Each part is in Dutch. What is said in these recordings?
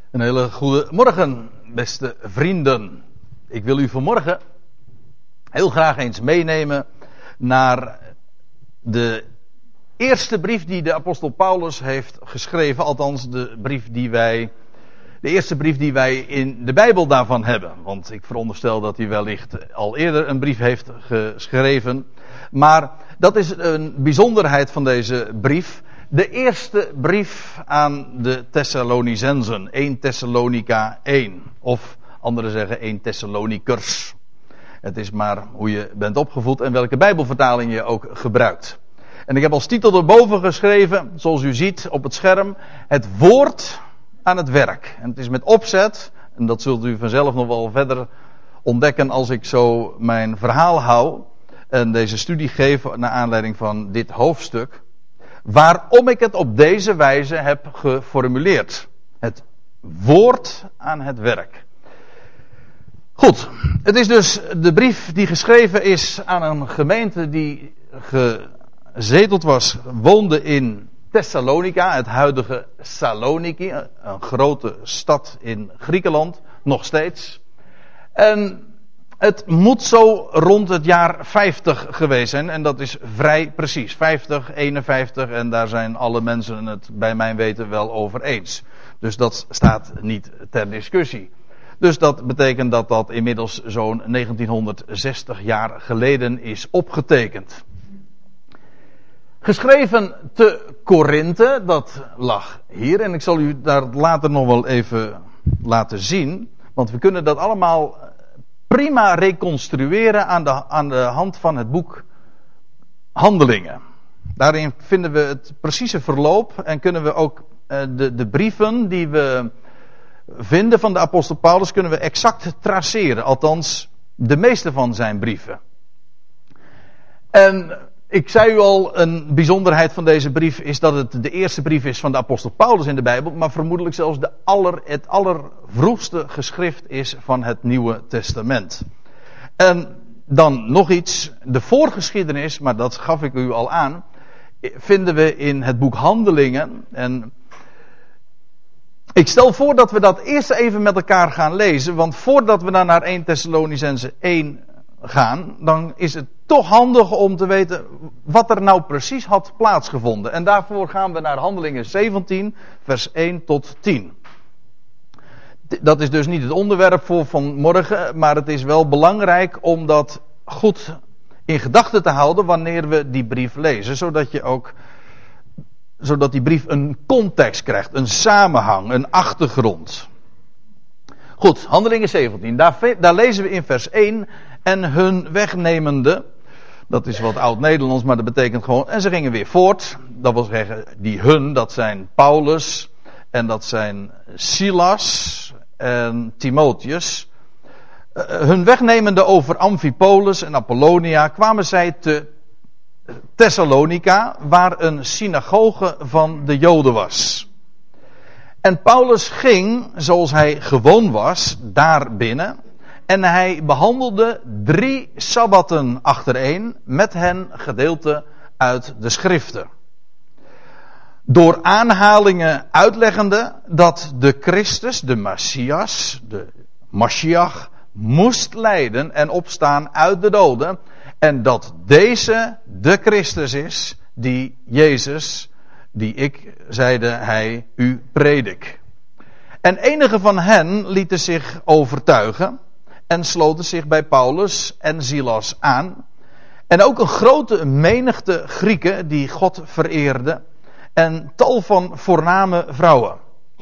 Een hele goede morgen, beste vrienden. Ik wil u vanmorgen heel graag eens meenemen naar de eerste brief die de apostel Paulus heeft geschreven. Althans, de eerste brief die wij in de Bijbel daarvan hebben. Want ik veronderstel dat hij wellicht al eerder een brief heeft geschreven. Maar dat is een bijzonderheid van deze brief. De eerste brief aan de Thessalonicenzen, 1 Thessalonica 1. Of anderen zeggen 1 Thessalonikers. Het is maar hoe je bent opgevoed en welke Bijbelvertaling je ook gebruikt. En ik heb als titel erboven geschreven, zoals u ziet op het scherm, het woord aan het werk. En het is met opzet, en dat zult u vanzelf nog wel verder ontdekken als ik zo mijn verhaal hou en deze studie geef naar aanleiding van dit hoofdstuk. Waarom ik het op deze wijze heb geformuleerd. Het woord aan het werk. Goed, het is dus de brief die geschreven is aan een gemeente die woonde in Thessalonica, het huidige Saloniki, een grote stad in Griekenland, nog steeds. En het moet zo rond het jaar 50 geweest zijn. En dat is vrij precies. 50, 51. En daar zijn alle mensen het bij mijn weten wel over eens. Dus dat staat niet ter discussie. Dus dat betekent dat dat inmiddels zo'n 1960 jaar geleden is opgetekend. Geschreven te Korinthe. Dat lag hier. En ik zal u daar later nog wel even laten zien. Want we kunnen dat allemaal prima reconstrueren aan de hand van het boek Handelingen. Daarin vinden we het precieze verloop en kunnen we ook de brieven die we vinden van de apostel Paulus kunnen we exact traceren. Althans, de meeste van zijn brieven. En ik zei u al, een bijzonderheid van deze brief is dat het de eerste brief is van de apostel Paulus in de Bijbel, maar vermoedelijk zelfs het allervroegste geschrift is van het Nieuwe Testament. En dan nog iets, de voorgeschiedenis, maar dat gaf ik u al aan, vinden we in het boek Handelingen. En ik stel voor dat we dat eerst even met elkaar gaan lezen, want voordat we dan naar 1 Thessalonicenzen 1 gaan, dan is het toch handig om te weten wat er nou precies had plaatsgevonden. En daarvoor gaan we naar Handelingen 17, vers 1 tot 10. Dat is dus niet het onderwerp voor vanmorgen, maar het is wel belangrijk om dat goed in gedachten te houden wanneer we die brief lezen, zodat die brief een context krijgt, een samenhang, een achtergrond. Goed, Handelingen 17, daar lezen we in vers 1, en hun wegnemende, dat is wat oud-Nederlands, maar dat betekent gewoon, en ze gingen weer voort. Dat wil zeggen, die hun, dat zijn Paulus, en dat zijn Silas en Timotheus. Hun wegnemende over Amphipolis en Apollonia kwamen zij te Thessalonica, waar een synagoge van de Joden was. En Paulus ging, zoals hij gewoon was, daar binnen. En hij behandelde 3 sabbatten achtereen met hen gedeelte uit de schriften. Door aanhalingen uitleggende dat de Christus, de Messias, de Mashiach, moest lijden en opstaan uit de doden. En dat deze de Christus is, die Jezus, die ik, zeide hij, u predik. En enige van hen lieten zich overtuigen en sloten zich bij Paulus en Silas aan. En ook een grote menigte Grieken die God vereerden. En tal van voorname vrouwen.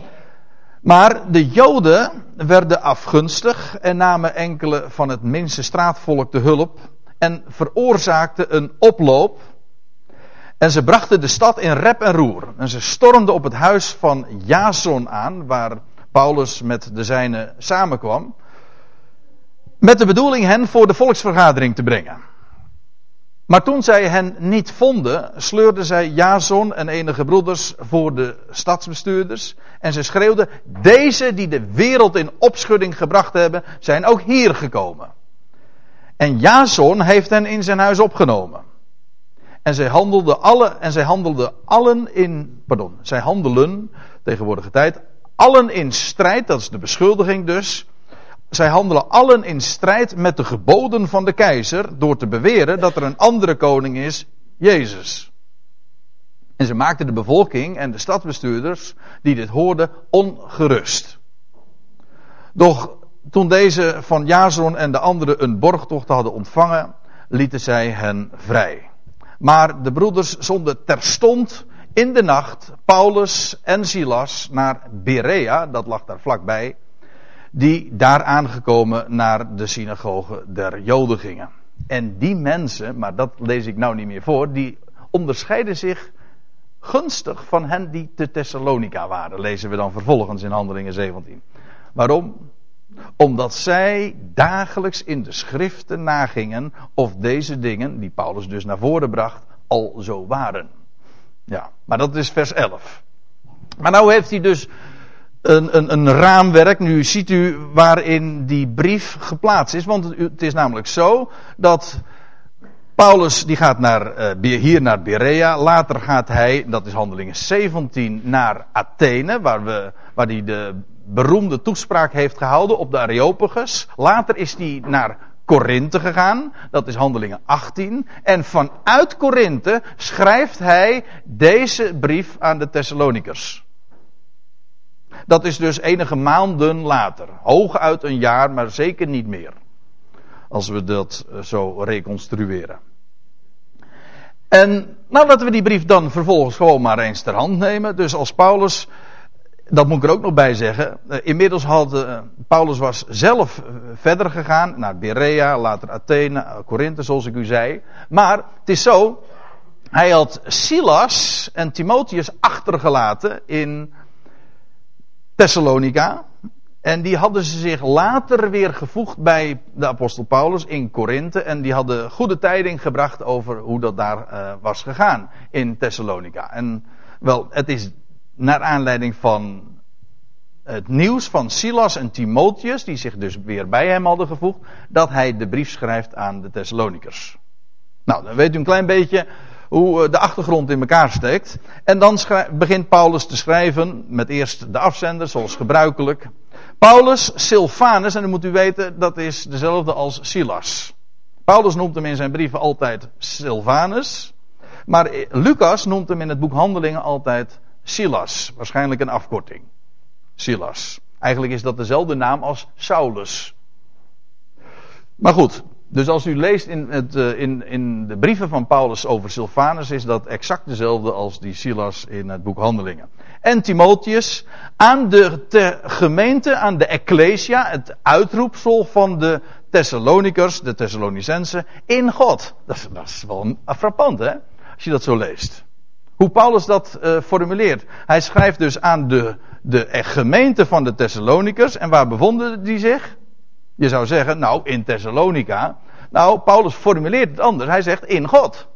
Maar de Joden werden afgunstig en namen enkele van het minste straatvolk te hulp. En veroorzaakten een oploop. En ze brachten de stad in rep en roer. En ze stormden op het huis van Jason aan, waar Paulus met de zijnen samenkwam. Met de bedoeling hen voor de volksvergadering te brengen. Maar toen zij hen niet vonden, sleurden zij Jason en enige broeders voor de stadsbestuurders. En ze schreeuwden, deze die de wereld in opschudding gebracht hebben, zijn ook hier gekomen. En Jason heeft hen in zijn huis opgenomen. En zij handelen, tegenwoordige tijd, allen in strijd, dat is de beschuldiging dus. Zij handelen allen in strijd met de geboden van de keizer door te beweren dat er een andere koning is, Jezus. En ze maakten de bevolking en de stadsbestuurders die dit hoorden ongerust. Doch toen deze van Jason en de anderen een borgtocht hadden ontvangen, lieten zij hen vrij. Maar de broeders zonden terstond in de nacht Paulus en Silas naar Berea, dat lag daar vlakbij, die daar aangekomen naar de synagoge der Joden gingen. En die mensen, maar dat lees ik nou niet meer voor, die onderscheiden zich gunstig van hen die te Thessalonica waren, lezen we dan vervolgens in Handelingen 17. Waarom? Omdat zij dagelijks in de schriften nagingen of deze dingen, die Paulus dus naar voren bracht, al zo waren. Ja, maar dat is vers 11. Maar nou heeft hij dus een raamwerk. Nu ziet u waarin die brief geplaatst is. Want het is namelijk zo dat Paulus die gaat hier naar Berea. Later gaat hij, dat is Handelingen 17, naar Athene. Waar hij de beroemde toespraak heeft gehouden op de Areopagus. Later is hij naar Korinthe gegaan. Dat is Handelingen 18. En vanuit Korinthe schrijft hij deze brief aan de Thessalonikers. Dat is dus enige maanden later. Hooguit een jaar, maar zeker niet meer. Als we dat zo reconstrueren. En nou laten we die brief dan vervolgens gewoon maar eens ter hand nemen. Dus als Paulus, dat moet ik er ook nog bij zeggen. Inmiddels Paulus was zelf verder gegaan naar Berea, later Athene, Korinthe zoals ik u zei. Maar het is zo, hij had Silas en Timotheus achtergelaten in Thessalonica. En die hadden ze zich later weer gevoegd bij de apostel Paulus in Korinthe. En die hadden goede tijding gebracht over hoe dat daar was gegaan in Thessalonica. En wel, het is naar aanleiding van het nieuws van Silas en Timotheus, die zich dus weer bij hem hadden gevoegd, dat hij de brief schrijft aan de Thessalonikers. Nou, dan weet u een klein beetje hoe de achtergrond in elkaar steekt. En dan begint Paulus te schrijven met eerst de afzender, zoals gebruikelijk. Paulus, Silvanus, en dan moet u weten, dat is dezelfde als Silas. Paulus noemt hem in zijn brieven altijd Silvanus. Maar Lucas noemt hem in het boek Handelingen altijd Silas. Waarschijnlijk een afkorting. Silas. Eigenlijk is dat dezelfde naam als Saulus. Maar goed, dus als u leest in de brieven van Paulus over Silvanus, is dat exact dezelfde als die Silas in het boek Handelingen. En Timotheus aan de gemeente, aan de Ecclesia, het uitroepsel van de Thessalonikers, de Thessalonicensen, in God. Dat is wel frappant, hè? Als je dat zo leest. Hoe Paulus dat formuleert. Hij schrijft dus aan de gemeente van de Thessalonikers. En waar bevonden die zich? Je zou zeggen, nou, in Thessalonica. Nou, Paulus formuleert het anders. Hij zegt, in God.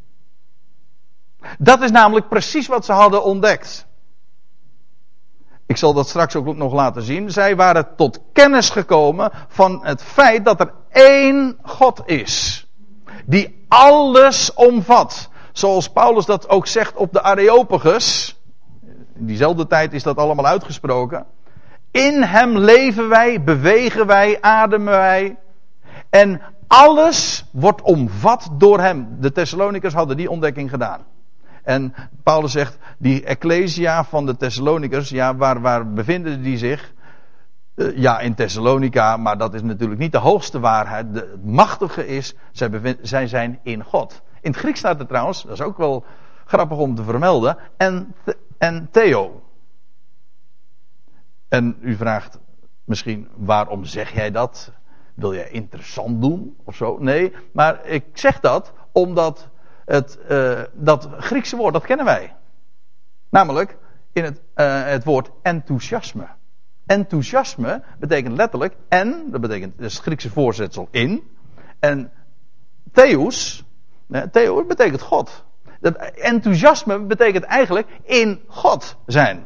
Dat is namelijk precies wat ze hadden ontdekt. Ik zal dat straks ook nog laten zien. Zij waren tot kennis gekomen van het feit dat er één God is. Die alles omvat. Zoals Paulus dat ook zegt op de Areopagus. In diezelfde tijd is dat allemaal uitgesproken. In hem leven wij, bewegen wij, ademen wij. En alles wordt omvat door hem. De Thessalonikers hadden die ontdekking gedaan. En Paulus zegt, die Ecclesia van de Thessalonikers, ja, waar bevinden die zich? Ja, in Thessalonica, maar dat is natuurlijk niet de hoogste waarheid. Het machtige is, zij zijn in God. In het Grieks staat er trouwens, dat is ook wel grappig om te vermelden, en Theo. En u vraagt misschien, waarom zeg jij dat? Wil jij interessant doen of zo? Nee, maar ik zeg dat omdat dat Griekse woord, dat kennen wij. Namelijk in het woord enthousiasme. Enthousiasme betekent letterlijk dat betekent het Griekse voorzetsel in. En theos betekent God. Dat enthousiasme betekent eigenlijk in God zijn.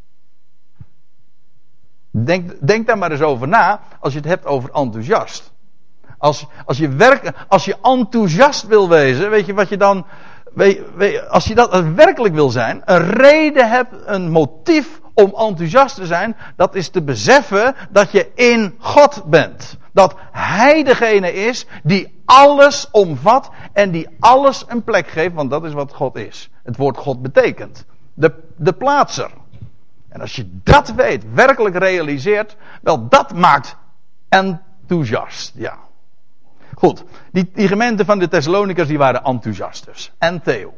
Denk daar maar eens over na als je het hebt over enthousiast. Als je enthousiast wil wezen, weet je wat je dan, als je dat werkelijk wil zijn, een reden hebt, een motief om enthousiast te zijn, dat is te beseffen dat je in God bent. Dat Hij degene is die alles omvat en die alles een plek geeft, want dat is wat God is. Het woord God betekent de plaatser. En als je dat weet, werkelijk realiseert, wel, dat maakt enthousiast. Ja. Goed, die gemeente van de Thessalonikers, die waren enthousiast dus. En Theo.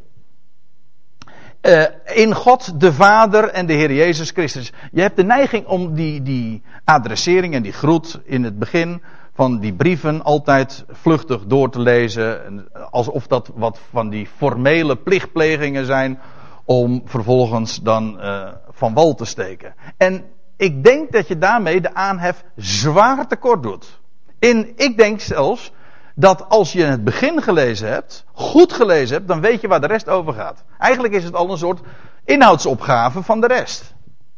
In God de Vader en de Heer Jezus Christus. Je hebt de neiging om die adressering en die groet in het begin van die brieven altijd vluchtig door te lezen. Alsof dat wat van die formele plichtplegingen zijn om vervolgens dan van wal te steken. En ik denk dat je daarmee de aanhef zwaar tekort doet. Ik denk zelfs dat als je het begin gelezen hebt, goed gelezen hebt, dan weet je waar de rest over gaat. Eigenlijk is het al een soort inhoudsopgave van de rest.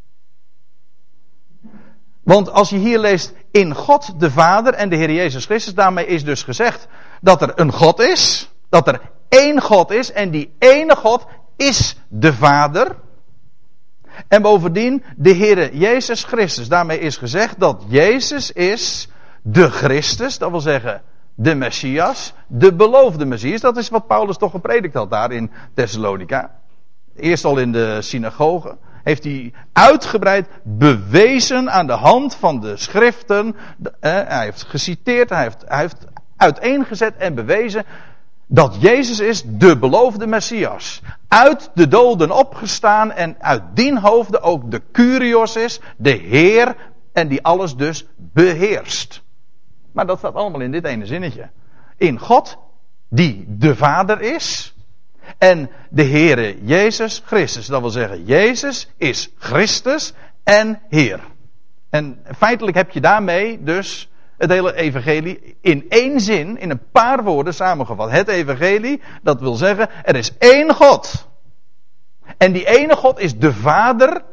Want als je hier leest in God de Vader en de Heer Jezus Christus, daarmee is dus gezegd dat er een God is, dat er één God is en die ene God is de Vader. En bovendien de Heer Jezus Christus. Daarmee is gezegd dat Jezus is de Christus, dat wil zeggen de Messias, de beloofde Messias. Dat is wat Paulus toch gepredikt had daar in Thessalonica. Eerst al in de synagoge. Heeft hij uitgebreid bewezen aan de hand van de schriften. Hij heeft geciteerd, hij heeft uiteengezet en bewezen dat Jezus is de beloofde Messias. Uit de doden opgestaan en uit dien hoofde ook de Kyrios is, de Heer, en die alles dus beheerst. Maar dat staat allemaal in dit ene zinnetje. In God, die de Vader is, en de Heere Jezus Christus. Dat wil zeggen, Jezus is Christus en Heer. En feitelijk heb je daarmee dus het hele evangelie in één zin, in een paar woorden samengevat. Het evangelie, dat wil zeggen, er is één God. En die ene God is de Vader,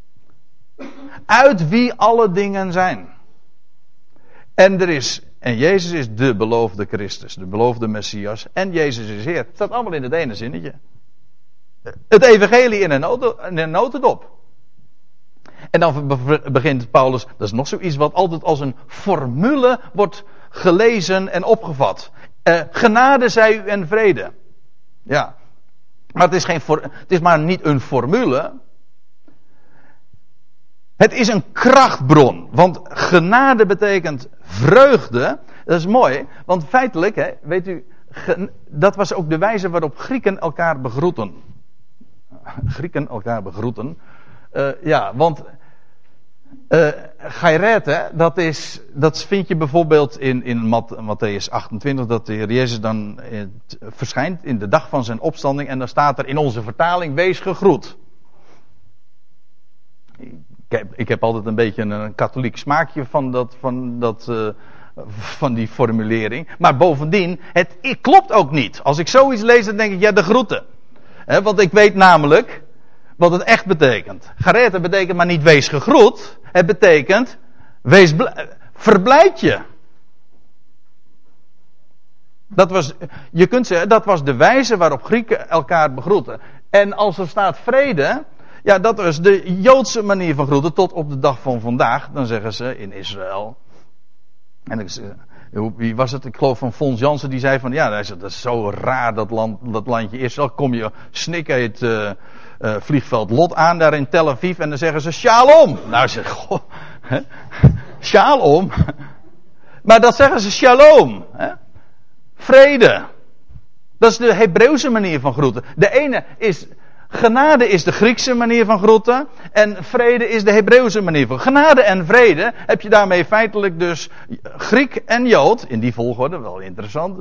uit wie alle dingen zijn. En Jezus is de beloofde Christus, de beloofde Messias. En Jezus is Heer. Het staat allemaal in het ene zinnetje. Het evangelie in een notendop. En dan begint Paulus, dat is nog zoiets wat altijd als een formule wordt gelezen en opgevat. Genade zij u en vrede. Ja. Maar het is maar niet een formule. Het is een krachtbron. Want genade betekent vreugde. Dat is mooi. Want feitelijk, weet u, dat was ook de wijze waarop Grieken elkaar begroeten. Grieken elkaar begroeten. Want Chairete, dat vind je bijvoorbeeld in Matthäus 28, dat de Heer Jezus dan verschijnt in de dag van zijn opstanding. En dan staat er in onze vertaling, wees gegroet. Ik heb altijd een beetje een katholiek smaakje van die formulering. Maar bovendien, het klopt ook niet. Als ik zoiets lees, dan denk ik, ja, de groeten. Want ik weet namelijk wat het echt betekent. Charete betekent maar niet wees gegroet. Het betekent, verblijd je. Je kunt zeggen, dat was de wijze waarop Grieken elkaar begroeten. En als er staat vrede, ja, dat is de Joodse manier van groeten tot op de dag van vandaag. Dan zeggen ze in Israël. En wie was het? Ik geloof van Fons Jansen, die zei van, ja, dat is zo raar dat landje Israël. Kom je snikken het vliegveld Lot aan daar in Tel Aviv en dan zeggen ze shalom. Nou zeg, goh, shalom. Maar dat zeggen ze shalom. Vrede. Dat is de Hebreeuwse manier van groeten. De ene is, genade is de Griekse manier van groeten. En vrede is de Hebreeuwse manier van. Genade en vrede heb je daarmee feitelijk dus Griek en Jood, in die volgorde, wel interessant,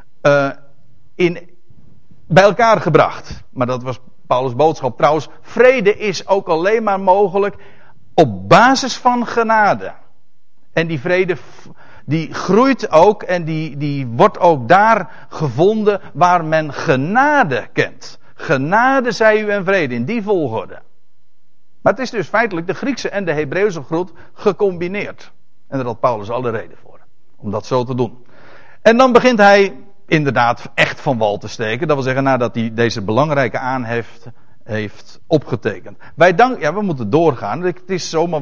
bij elkaar gebracht. Maar dat was Paulus' boodschap. Trouwens, vrede is ook alleen maar mogelijk op basis van genade. En die vrede, die groeit ook en die wordt ook daar gevonden waar men genade kent. Genade zij u en vrede, in die volgorde. Maar het is dus feitelijk de Griekse en de Hebreeuwse groet gecombineerd. En daar had Paulus alle reden voor, om dat zo te doen. En dan begint hij inderdaad echt van wal te steken. Dat wil zeggen, nadat hij deze belangrijke heeft opgetekend. We moeten doorgaan. Het is zomaar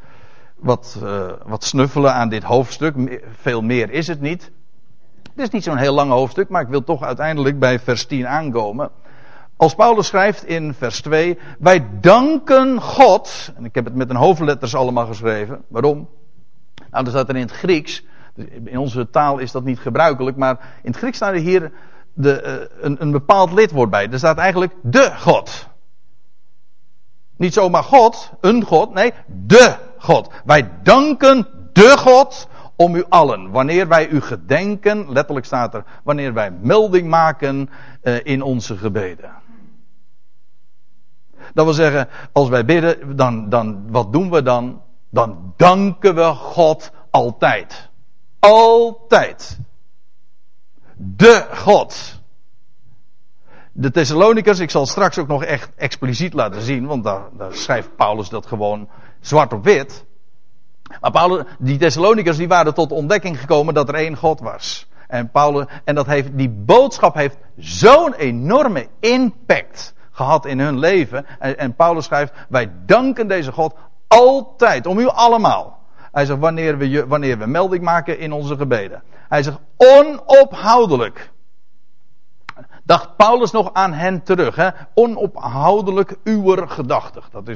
wat snuffelen aan dit hoofdstuk. Veel meer is het niet. Het is niet zo'n heel lang hoofdstuk, maar ik wil toch uiteindelijk bij vers 10 aankomen. Als Paulus schrijft in vers 2, wij danken God, en ik heb het met een hoofdletters allemaal geschreven. Waarom? Nou, dat staat er in het Grieks. In onze taal is dat niet gebruikelijk, maar in het Grieks staat er hier een bepaald lidwoord bij. Er staat eigenlijk de God. Niet zomaar God, een God, nee, de God. Wij danken de God om u allen. Wanneer wij u gedenken, letterlijk staat er, wanneer wij melding maken in onze gebeden. Dat wil zeggen, als wij bidden, dan wat doen we dan? Dan danken we God altijd. Altijd. De God. De Thessalonikers, ik zal straks ook nog echt expliciet laten zien, want daar schrijft Paulus dat gewoon zwart op wit. Maar die Thessalonikers die waren tot de ontdekking gekomen dat er één God was. Die boodschap heeft zo'n enorme impact gehad in hun leven. En Paulus schrijft, wij danken deze God altijd, om u allemaal. Hij zegt, wanneer we melding maken in onze gebeden. Hij zegt, onophoudelijk. Dacht Paulus nog aan hen terug. Hè? Onophoudelijk uwer gedachtig. Dat is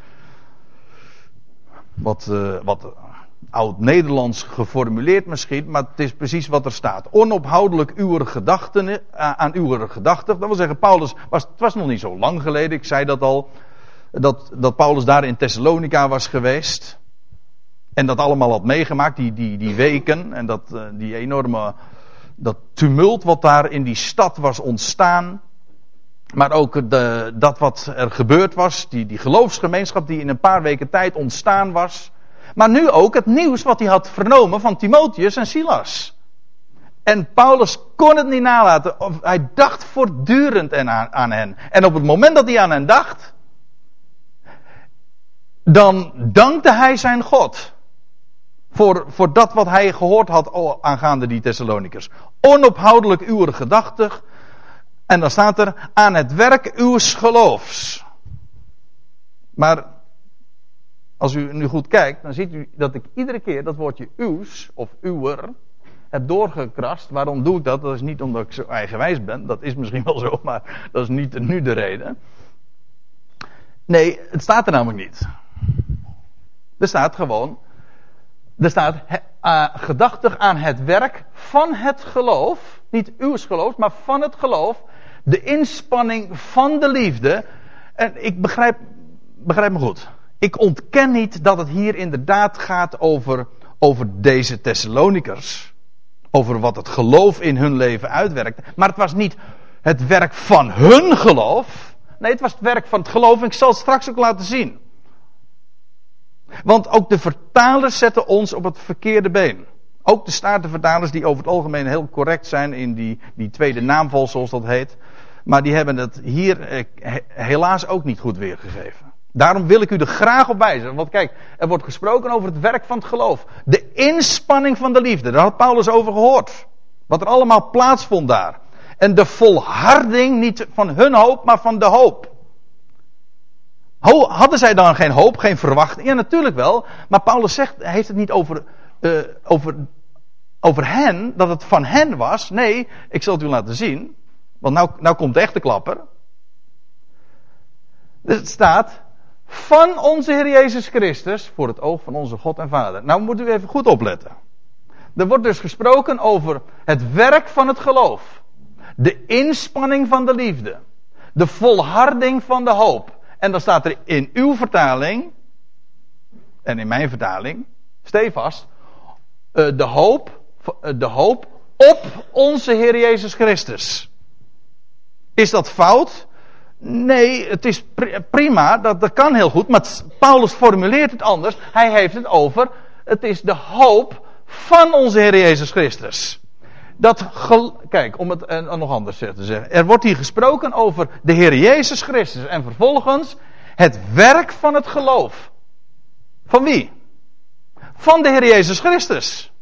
wat oud-Nederlands geformuleerd misschien, maar het is precies wat er staat. Onophoudelijk uwer gedachten, aan uwer gedachtig. Dat wil zeggen, Paulus het was nog niet zo lang geleden, ik zei dat al, dat Paulus daar in Thessalonica was geweest. En dat allemaal had meegemaakt, die weken en die enorme, dat tumult wat daar in die stad was ontstaan. Maar ook dat wat er gebeurd was, die geloofsgemeenschap die in een paar weken tijd ontstaan was. Maar nu ook het nieuws wat hij had vernomen van Timotheus en Silas. En Paulus kon het niet nalaten. Hij dacht voortdurend aan hen. En op het moment dat hij aan hen dacht, dan dankte hij zijn God. Voor dat wat hij gehoord had aangaande die Thessalonikers. Onophoudelijk uwer gedachtig. En dan staat er, aan het werk uws geloofs. Maar als u nu goed kijkt, dan ziet u dat ik iedere keer dat woordje uws of uwer heb doorgekrast. Waarom doe ik dat? Dat is niet omdat ik zo eigenwijs ben. Dat is misschien wel zo, maar dat is niet nu de reden. Nee, het staat er namelijk niet. Er staat gewoon, gedachtig aan het werk van het geloof. Niet uws geloof, maar van het geloof. De inspanning van de liefde. En ik begrijp me goed. Ik ontken niet dat het hier inderdaad gaat over deze Thessalonikers. Over wat het geloof in hun leven uitwerkt. Maar het was niet het werk van hun geloof. Nee, het was het werk van het geloof. En ik zal het straks ook laten zien. Want ook de vertalers zetten ons op het verkeerde been. Ook de Statenvertalers die over het algemeen heel correct zijn in die tweede naamval zoals dat heet. Maar die hebben het hier helaas ook niet goed weergegeven. Daarom wil ik u er graag op wijzen. Want kijk, er wordt gesproken over het werk van het geloof. De inspanning van de liefde. Daar had Paulus over gehoord. Wat er allemaal plaatsvond daar. En de volharding niet van hun hoop, maar van de hoop. Hadden zij dan geen hoop, geen verwachting? Ja, natuurlijk wel. Maar Paulus heeft het niet over hen, dat het van hen was. Nee, ik zal het u laten zien. Want nou komt de echte klapper. Dus het staat, van onze Heer Jezus Christus, voor het oog van onze God en Vader. Nou moet u even goed opletten. Er wordt dus gesproken over het werk van het geloof. De inspanning van de liefde. De volharding van de hoop. En dan staat er in uw vertaling, en in mijn vertaling, stevast, de hoop op onze Heer Jezus Christus. Is dat fout? Nee, het is prima, dat kan heel goed, maar Paulus formuleert het anders. Hij heeft het over, het is de hoop van onze Heer Jezus Christus. Kijk, om het nog anders te zeggen. Er wordt hier gesproken over de Heer Jezus Christus. En vervolgens het werk van het geloof. Van wie? Van de Heer Jezus Christus.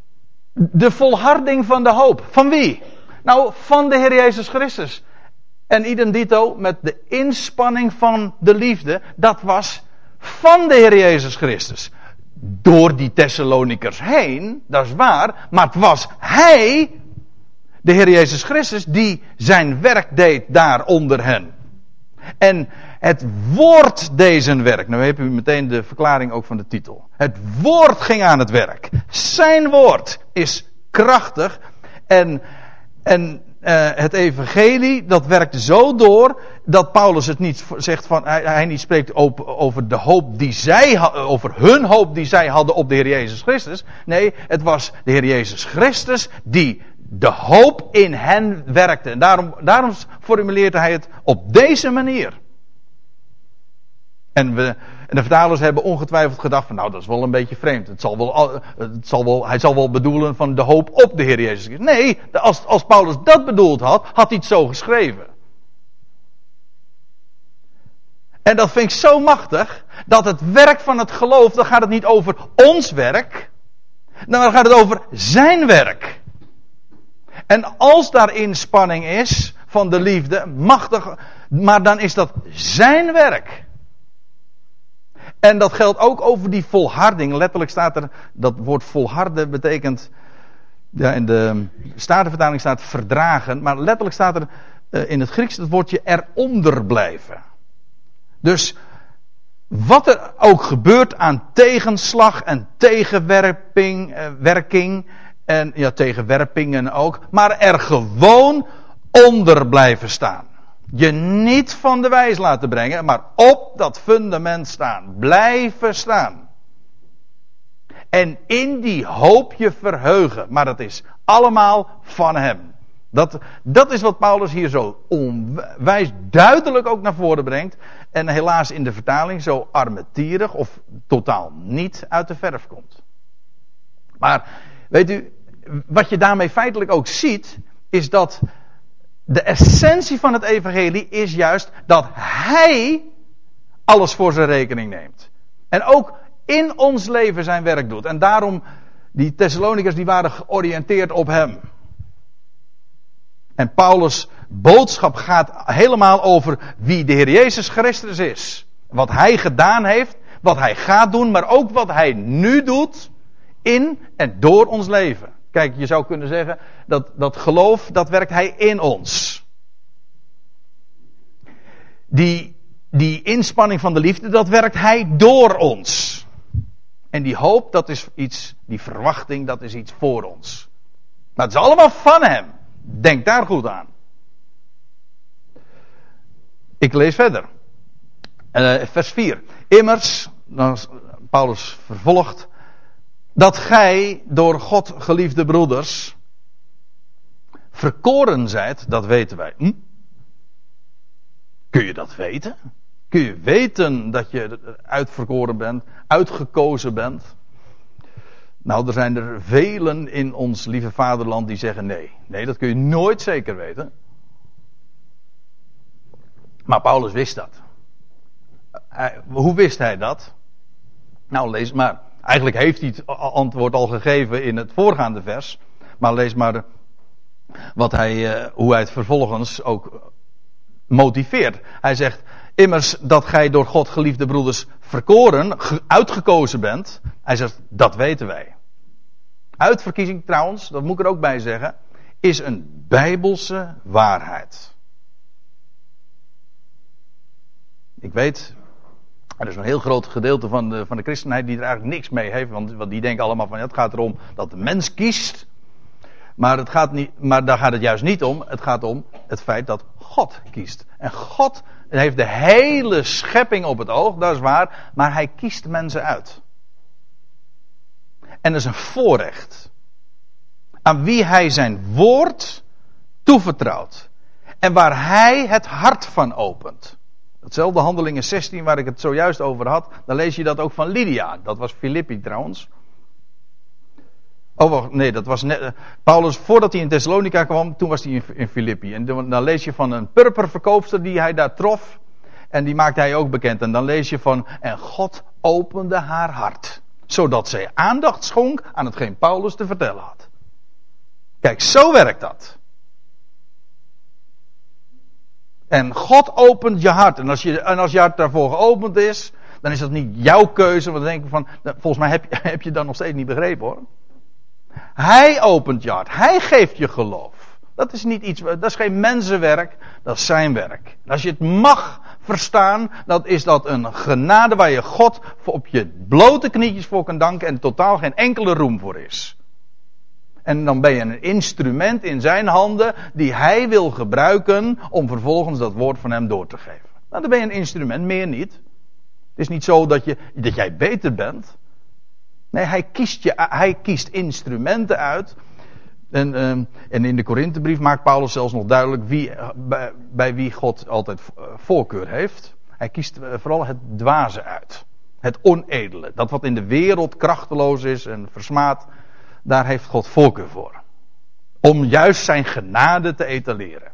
De volharding van de hoop. Van wie? Nou, van de Heer Jezus Christus. En idem dito met de inspanning van de liefde. Dat was van de Heer Jezus Christus. Door die Thessalonikers heen, dat is waar. Maar het was Hij, de Heer Jezus Christus, die zijn werk deed daar onder hen. En het woord deed zijn werk. Nou heb u meteen de verklaring ook van de titel. Het woord ging aan het werk. Zijn woord is krachtig. En het evangelie, dat werkt zo door, dat Paulus het niet zegt van, hij niet spreekt over de hoop die zij, over hun hoop die zij hadden op de Heer Jezus Christus. Nee, het was de Heer Jezus Christus die de hoop in hen werkte. En daarom formuleerde hij het op deze manier. En de vertalers hebben ongetwijfeld gedacht van, nou, dat is wel een beetje vreemd. Hij zal wel bedoelen van de hoop op de Heer Jezus Christus. Nee, als Paulus dat bedoeld had hij het zo geschreven. En dat vind ik zo machtig, dat het werk van het geloof, dan gaat het niet over ons werk, dan gaat het over zijn werk. En als daar inspanning is van de liefde, machtig, maar dan is dat zijn werk. En dat geldt ook over die volharding. Letterlijk staat er, dat woord volharden betekent, ja, in de Statenvertaling staat verdragen, maar letterlijk staat er in het Grieks het woordje eronder blijven. Dus wat er ook gebeurt aan tegenslag en tegenwerking en ja, tegenwerpingen ook, maar er gewoon onder blijven staan. Je niet van de wijs laten brengen, maar op dat fundament staan. Blijven staan. En in die hoop je verheugen. Maar dat is allemaal van hem. Dat is wat Paulus hier zo onwijs duidelijk ook naar voren brengt. En helaas in de vertaling zo armetierig of totaal niet uit de verf komt. Maar weet u, wat je daarmee feitelijk ook ziet, is dat de essentie van het evangelie is juist dat Hij alles voor zijn rekening neemt. En ook in ons leven zijn werk doet. En daarom, die Thessalonikers die waren georiënteerd op Hem. En Paulus' boodschap gaat helemaal over wie de Heer Jezus Christus is. Wat Hij gedaan heeft, wat Hij gaat doen, maar ook wat Hij nu doet in en door ons leven. Kijk, je zou kunnen zeggen, dat geloof, dat werkt Hij in ons. Die inspanning van de liefde, dat werkt Hij door ons. En die hoop, dat is iets, die verwachting, dat is iets voor ons. Maar het is allemaal van Hem. Denk daar goed aan. Ik lees verder. Vers 4. Immers, dan Paulus vervolgt, dat gij door God geliefde broeders verkoren zijt, dat weten wij. Kun je dat weten? Kun je weten dat je uitverkoren bent, uitgekozen bent? Nou, er zijn er velen in ons lieve vaderland die zeggen nee. Nee, dat kun je nooit zeker weten. Maar Paulus wist dat. Hoe wist hij dat? Nou, lees maar. Eigenlijk heeft hij het antwoord al gegeven in het voorgaande vers. Maar lees maar hoe hij het vervolgens ook motiveert. Hij zegt, immers dat gij door God geliefde broeders verkoren, uitgekozen bent. Hij zegt, dat weten wij. Uitverkiezing trouwens, dat moet ik er ook bij zeggen, is een bijbelse waarheid. Ik weet, er is een heel groot gedeelte van de christenheid die er eigenlijk niks mee heeft. Want die denken allemaal van, ja, het gaat erom dat de mens kiest. Maar daar gaat het juist niet om. Het gaat om het feit dat God kiest. En God heeft de hele schepping op het oog, dat is waar. Maar Hij kiest mensen uit. En dat is een voorrecht. Aan wie Hij zijn woord toevertrouwt. En waar Hij het hart van opent. Hetzelfde Handelingen 16 waar ik het zojuist over had. Dan lees je dat ook van Lydia. Dat was Filippi trouwens. Oh nee, dat was net, Paulus voordat hij in Thessalonica kwam. Toen was hij in Filippi. En dan lees je van een purperverkoopster die hij daar trof. En die maakte hij ook bekend. En dan lees je van, en God opende haar hart. Zodat zij aandacht schonk aan hetgeen Paulus te vertellen had. Kijk, zo werkt dat. En God opent je hart. En als je hart daarvoor geopend is, dan is dat niet jouw keuze. Want dan denk ik van, volgens mij heb je dat nog steeds niet begrepen hoor. Hij opent je hart. Hij geeft je geloof. Dat is niet iets, dat is geen mensenwerk, dat is zijn werk. En als je het mag verstaan, dan is dat een genade waar je God op je blote knietjes voor kan danken en totaal geen enkele roem voor is. En dan ben je een instrument in zijn handen die hij wil gebruiken om vervolgens dat woord van hem door te geven. Nou, dan ben je een instrument, meer niet. Het is niet zo dat jij beter bent. Nee, hij kiest instrumenten uit. En in de Korinthebrief maakt Paulus zelfs nog duidelijk bij wie God altijd voorkeur heeft. Hij kiest vooral het dwaze uit. Het onedele. Dat wat in de wereld krachteloos is en versmaad. Daar heeft God voorkeur voor. Om juist zijn genade te etaleren.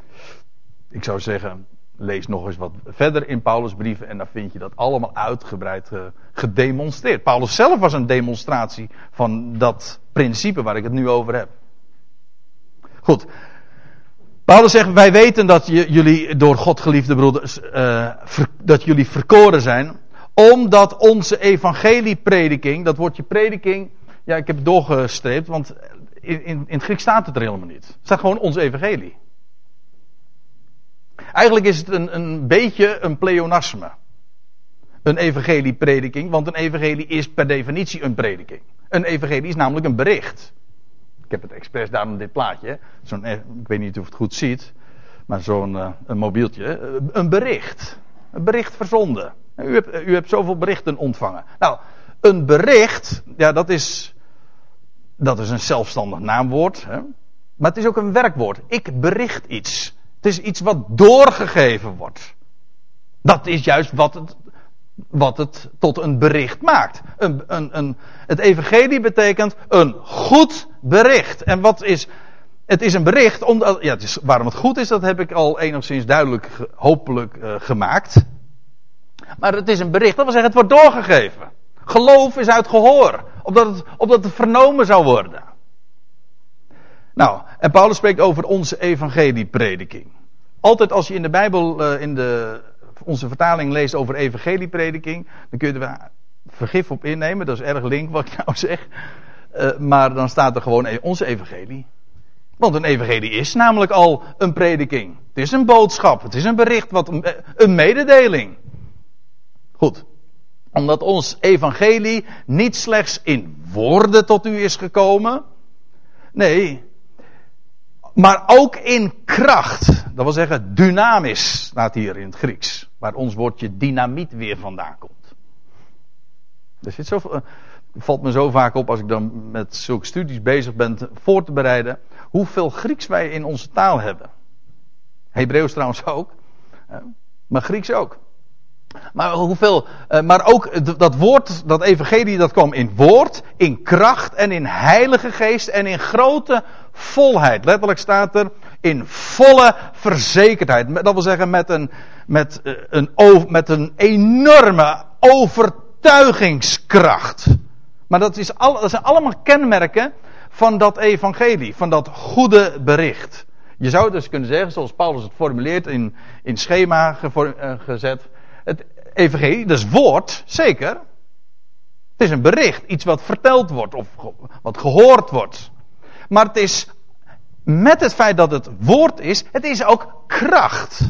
Ik zou zeggen, lees nog eens wat verder in Paulus' brieven en dan vind je dat allemaal uitgebreid gedemonstreerd. Paulus zelf was een demonstratie van dat principe waar ik het nu over heb. Goed. Paulus zegt, wij weten dat jullie door God geliefde broeders, dat jullie verkoren zijn, omdat onze evangelieprediking, dat woordje prediking, ja, ik heb het doorgestreept, want in het Grieks staat het er helemaal niet. Het staat gewoon ons evangelie. Eigenlijk is het een beetje een pleonasme. Een evangelieprediking, want een evangelie is per definitie een prediking. Een evangelie is namelijk een bericht. Ik heb het expres daarom dit plaatje. Ik weet niet of het goed ziet, maar zo'n een mobieltje. Een bericht. Een bericht verzonden. U hebt zoveel berichten ontvangen. Nou, een bericht, ja, dat is een zelfstandig naamwoord. Hè? Maar het is ook een werkwoord. Ik bericht iets. Het is iets wat doorgegeven wordt. Dat is juist wat het tot een bericht maakt. Het evangelie betekent een goed bericht. En wat is... Het is een bericht, waarom het goed is, dat heb ik al enigszins duidelijk, hopelijk gemaakt. Maar het is een bericht, dat wil zeggen, het wordt doorgegeven. Geloof is uit gehoor, opdat het vernomen zou worden. Nou, en Paulus spreekt over onze evangelieprediking. Altijd als je in de Bijbel, onze vertaling leest over evangelieprediking, dan kun je er vergif op innemen, dat is erg link wat ik nou zeg. Maar dan staat er gewoon onze evangelie. Want een evangelie is namelijk al een prediking. Het is een boodschap, het is een bericht, een mededeling. Goed. Omdat ons evangelie niet slechts in woorden tot u is gekomen. Nee. Maar ook in kracht. Dat wil zeggen dynamis staat hier in het Grieks. Waar ons woordje dynamiet weer vandaan komt. Er zit valt me zo vaak op als ik dan met zulke studies bezig ben voor te bereiden. Hoeveel Grieks wij in onze taal hebben. Hebreeuws trouwens ook. Maar Grieks ook. Maar ook dat woord, dat evangelie, dat kwam in woord, in kracht en in heilige geest en in grote volheid. Letterlijk staat er in volle verzekerdheid. Dat wil zeggen met een enorme overtuigingskracht. Maar dat zijn allemaal kenmerken van dat evangelie, van dat goede bericht. Je zou dus kunnen zeggen, zoals Paulus het formuleert in schema gezet. Het evangelie, dat is woord, zeker. Het is een bericht, iets wat verteld wordt of wat gehoord wordt. Maar het is, met het feit dat het woord is, het is ook kracht.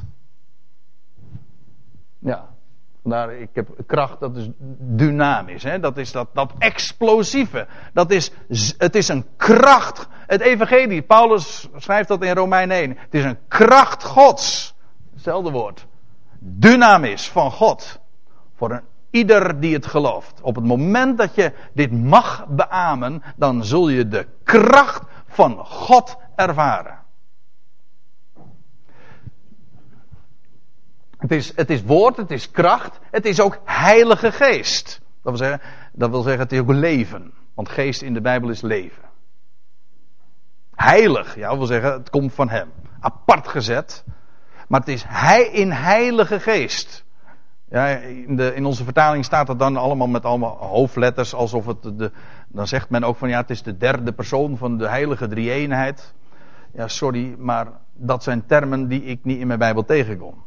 Ja, vandaar, ik heb kracht, dat is dynamisch, hè? Dat is dat explosieve. Het is een kracht, het evangelie, Paulus schrijft dat in Romeinen 1. Het is een kracht Gods, hetzelfde woord. Dynamis van God. Voor een ieder die het gelooft. Op het moment dat je dit mag beamen, dan zul je de kracht van God ervaren. Het is woord, het is kracht, het is ook heilige geest. Dat wil zeggen, het is ook leven. Want geest in de Bijbel is leven. Heilig, ja, dat wil zeggen, het komt van hem. Apart gezet. Maar het is in heilige geest. Ja, in onze vertaling staat dat dan allemaal met allemaal hoofdletters. Alsof dan zegt men ook van ja, het is de derde persoon van de heilige drie-eenheid. Ja, sorry, maar dat zijn termen die ik niet in mijn Bijbel tegenkom.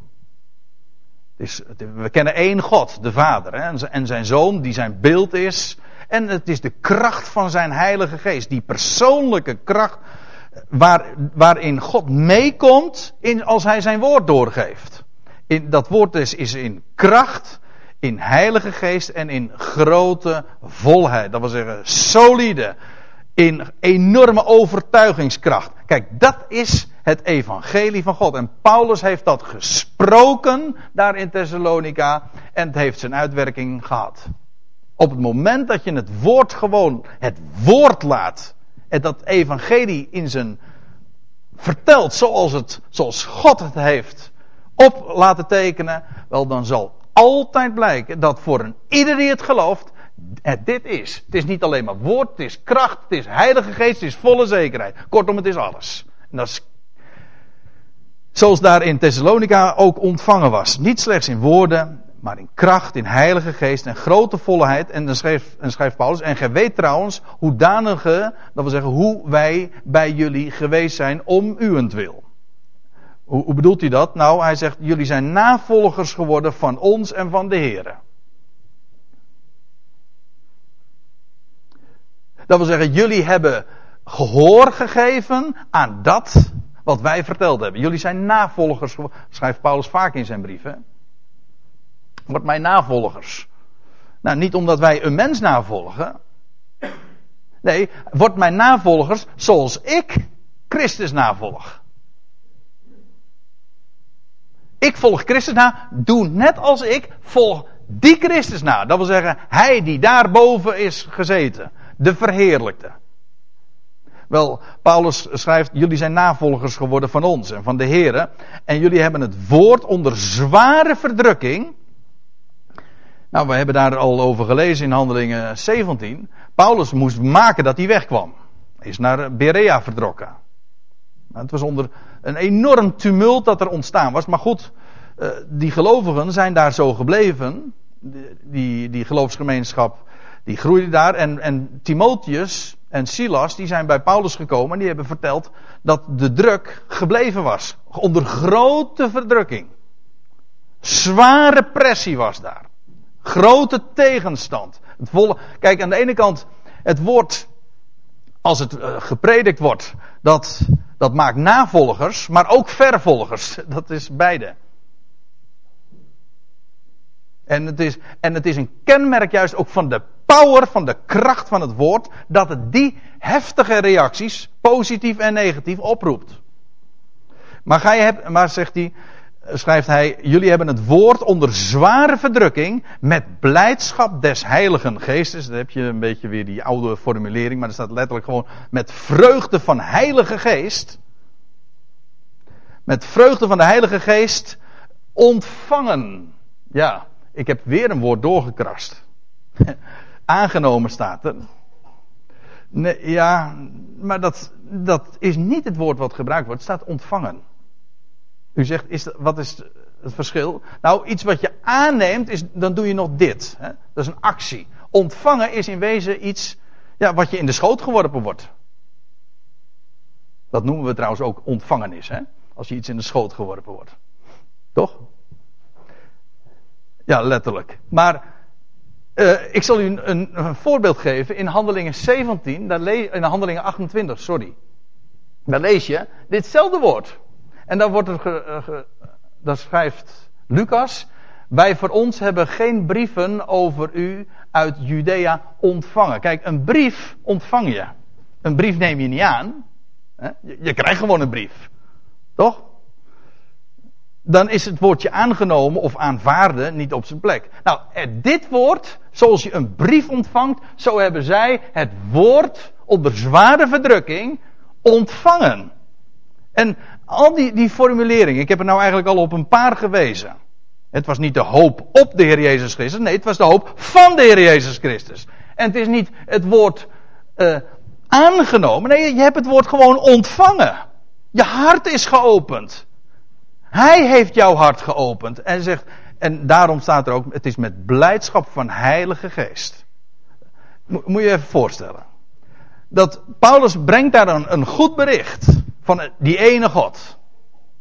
We kennen één God, de Vader, hè, en zijn Zoon, die zijn beeld is. En het is de kracht van zijn Heilige Geest, die persoonlijke kracht, waarin God meekomt als hij zijn woord doorgeeft. Dat woord is in kracht, in Heilige Geest en in grote volheid. Dat wil zeggen solide, in enorme overtuigingskracht. Kijk, dat is het evangelie van God. En Paulus heeft dat gesproken daar in Thessalonica en het heeft zijn uitwerking gehad. Op het moment dat je het woord laat en dat evangelie in zijn vertelt zoals God het heeft op laten tekenen, wel dan zal altijd blijken dat voor een ieder die het gelooft, het dit is. Het is niet alleen maar woord, het is kracht, het is Heilige Geest, het is volle zekerheid. Kortom, het is alles. En dat is zoals daar in Thessalonica ook ontvangen was. Niet slechts in woorden, maar in kracht, in Heilige Geest en grote volheid. En dan schrijft Paulus, en gij weet trouwens hoedanige, dat wil zeggen hoe wij bij jullie geweest zijn om uwentwil. Hoe bedoelt hij dat? Nou, hij zegt, jullie zijn navolgers geworden van ons en van de Here. Dat wil zeggen, jullie hebben gehoor gegeven aan dat wat wij verteld hebben. Jullie zijn navolgers geworden. Schrijft Paulus vaak in zijn brieven. Wordt mij navolgers. Nou, niet omdat wij een mens navolgen. Nee, wordt mij navolgers zoals ik Christus navolg. Ik volg Christus na, doe net als ik, volg die Christus na. Dat wil zeggen, hij die daarboven is gezeten. De verheerlijkte. Wel, Paulus schrijft, jullie zijn navolgers geworden van ons en van de Here. En jullie hebben het woord onder zware verdrukking. Nou, we hebben daar al over gelezen in Handelingen 17. Paulus moest maken dat hij wegkwam. Hij is naar Berea vertrokken. Het was onder een enorm tumult dat er ontstaan was. Maar goed, die gelovigen zijn daar zo gebleven. Die geloofsgemeenschap, die groeide daar. En Timotheus en Silas, die zijn bij Paulus gekomen. En die hebben verteld dat de druk gebleven was. Onder grote verdrukking. Zware pressie was daar. Grote tegenstand. Kijk, aan de ene kant, het woord, als het gepredikt wordt, dat maakt navolgers, maar ook vervolgers. Dat is beide. En het is een kenmerk juist ook van de power, van de kracht van het woord, dat het die heftige reacties, positief en negatief, oproept. Maar zegt hij, schrijft hij, jullie hebben het woord onder zware verdrukking met blijdschap des Heiligen Geestes. Dan heb je een beetje weer die oude formulering, maar er staat letterlijk gewoon met vreugde van Heilige Geest. Met vreugde van de Heilige Geest ontvangen. Ja, ik heb weer een woord doorgekrast. Aangenomen staat er. Nee, ja, maar dat is niet het woord wat gebruikt wordt. Het staat ontvangen. U zegt, wat is het verschil? Nou, iets wat je aanneemt, dan doe je nog dit. Hè? Dat is een actie. Ontvangen is in wezen iets wat je in de schoot geworpen wordt. Dat noemen we trouwens ook ontvangenis. Hè? Als je iets in de schoot geworpen wordt. Toch? Ja, letterlijk. Maar ik zal u een voorbeeld geven. In Handelingen 17, in Handelingen 28, sorry. Daar lees je ditzelfde woord. En dan wordt dan schrijft Lucas, wij voor ons hebben geen brieven over u uit Judea ontvangen. Kijk, een brief ontvang je. Een brief neem je niet aan. Je krijgt gewoon een brief. Toch? Dan is het woordje aangenomen of aanvaarden niet op zijn plek. Nou, dit woord, zoals je een brief ontvangt, zo hebben zij het woord onder zware verdrukking ontvangen. En al die formuleringen, ik heb er nou eigenlijk al op een paar gewezen. Het was niet de hoop op de Heer Jezus Christus, nee, het was de hoop van de Heer Jezus Christus. En het is niet het woord aangenomen, nee, je hebt het woord gewoon ontvangen. Je hart is geopend. Hij heeft jouw hart geopend en zegt, en daarom staat er ook, het is met blijdschap van Heilige Geest. Moet je even voorstellen. Dat Paulus brengt daar een goed bericht van die ene God.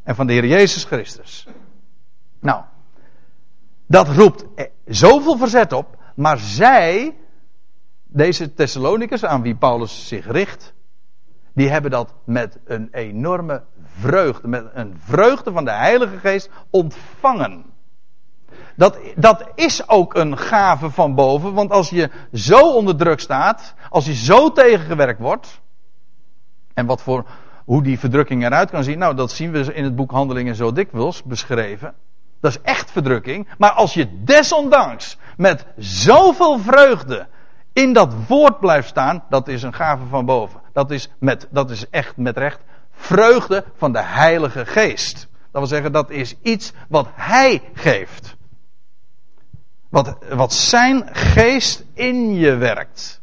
En van de Heer Jezus Christus. Nou, dat roept zoveel verzet op. Maar zij, deze Thessalonicërs aan wie Paulus zich richt, die hebben dat met een enorme vreugde, met een vreugde van de Heilige Geest ontvangen. Dat is ook een gave van boven, want als je zo onder druk staat, als je zo tegengewerkt wordt, en hoe die verdrukking eruit kan zien, nou dat zien we in het boek Handelingen zo dikwijls beschreven. Dat is echt verdrukking, maar als je desondanks met zoveel vreugde in dat woord blijft staan, dat is een gave van boven. Dat is echt met recht vreugde van de Heilige Geest. Dat wil zeggen, dat is iets wat Hij geeft. Wat zijn geest in je werkt.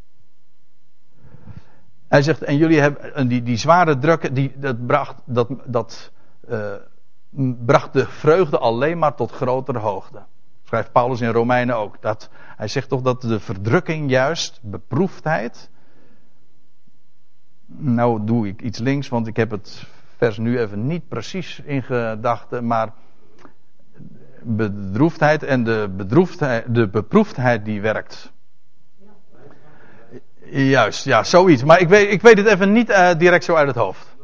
Hij zegt, en jullie hebben die zware drukken, dat bracht de vreugde alleen maar tot grotere hoogte. Schrijft Paulus in Romeinen ook. Hij zegt toch dat de verdrukking juist, beproefdheid. Nou doe ik iets links, want ik heb het vers nu even niet precies in gedachten, maar bedroefdheid en de beproefdheid die werkt. Juist, ja, zoiets. Maar ik weet het even niet direct zo uit het hoofd.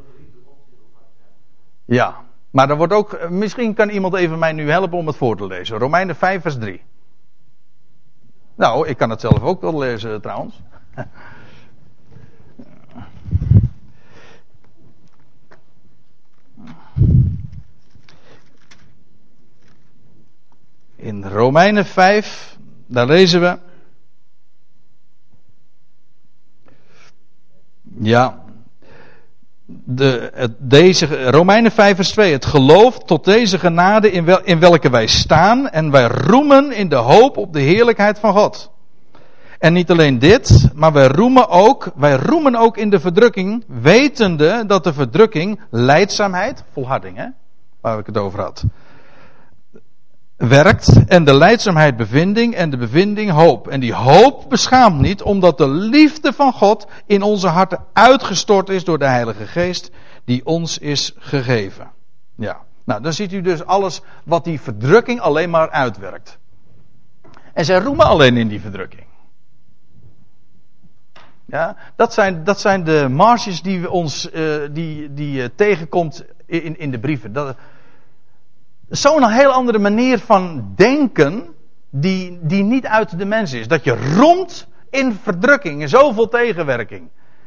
Ja, maar er wordt ook, misschien kan iemand even mij nu helpen om het voor te lezen. Romeinen 5 vers 3. Nou, ik kan het zelf ook wel lezen trouwens. In Romeinen 5, daar lezen we. Ja. Romeinen 5 vers 2. Het geloof tot deze genade in welke wij staan. En wij roemen in de hoop op de heerlijkheid van God. En niet alleen dit, maar wij roemen ook in de verdrukking. Wetende dat de verdrukking lijdzaamheid, volharding hè, waar ik het over had, werkt, en de lijdzaamheid bevinding, en de bevinding hoop. En die hoop beschaamt niet, omdat de liefde van God in onze harten uitgestort is door de Heilige Geest, die ons is gegeven. Ja, nou dan ziet u dus alles wat die verdrukking alleen maar uitwerkt. En zij roemen alleen in die verdrukking. Ja, dat zijn de marges die we ons, die tegenkomt in de brieven. Zo'n heel andere manier van denken die niet uit de mens is. Dat je roemt in verdrukking, in zoveel tegenwerking.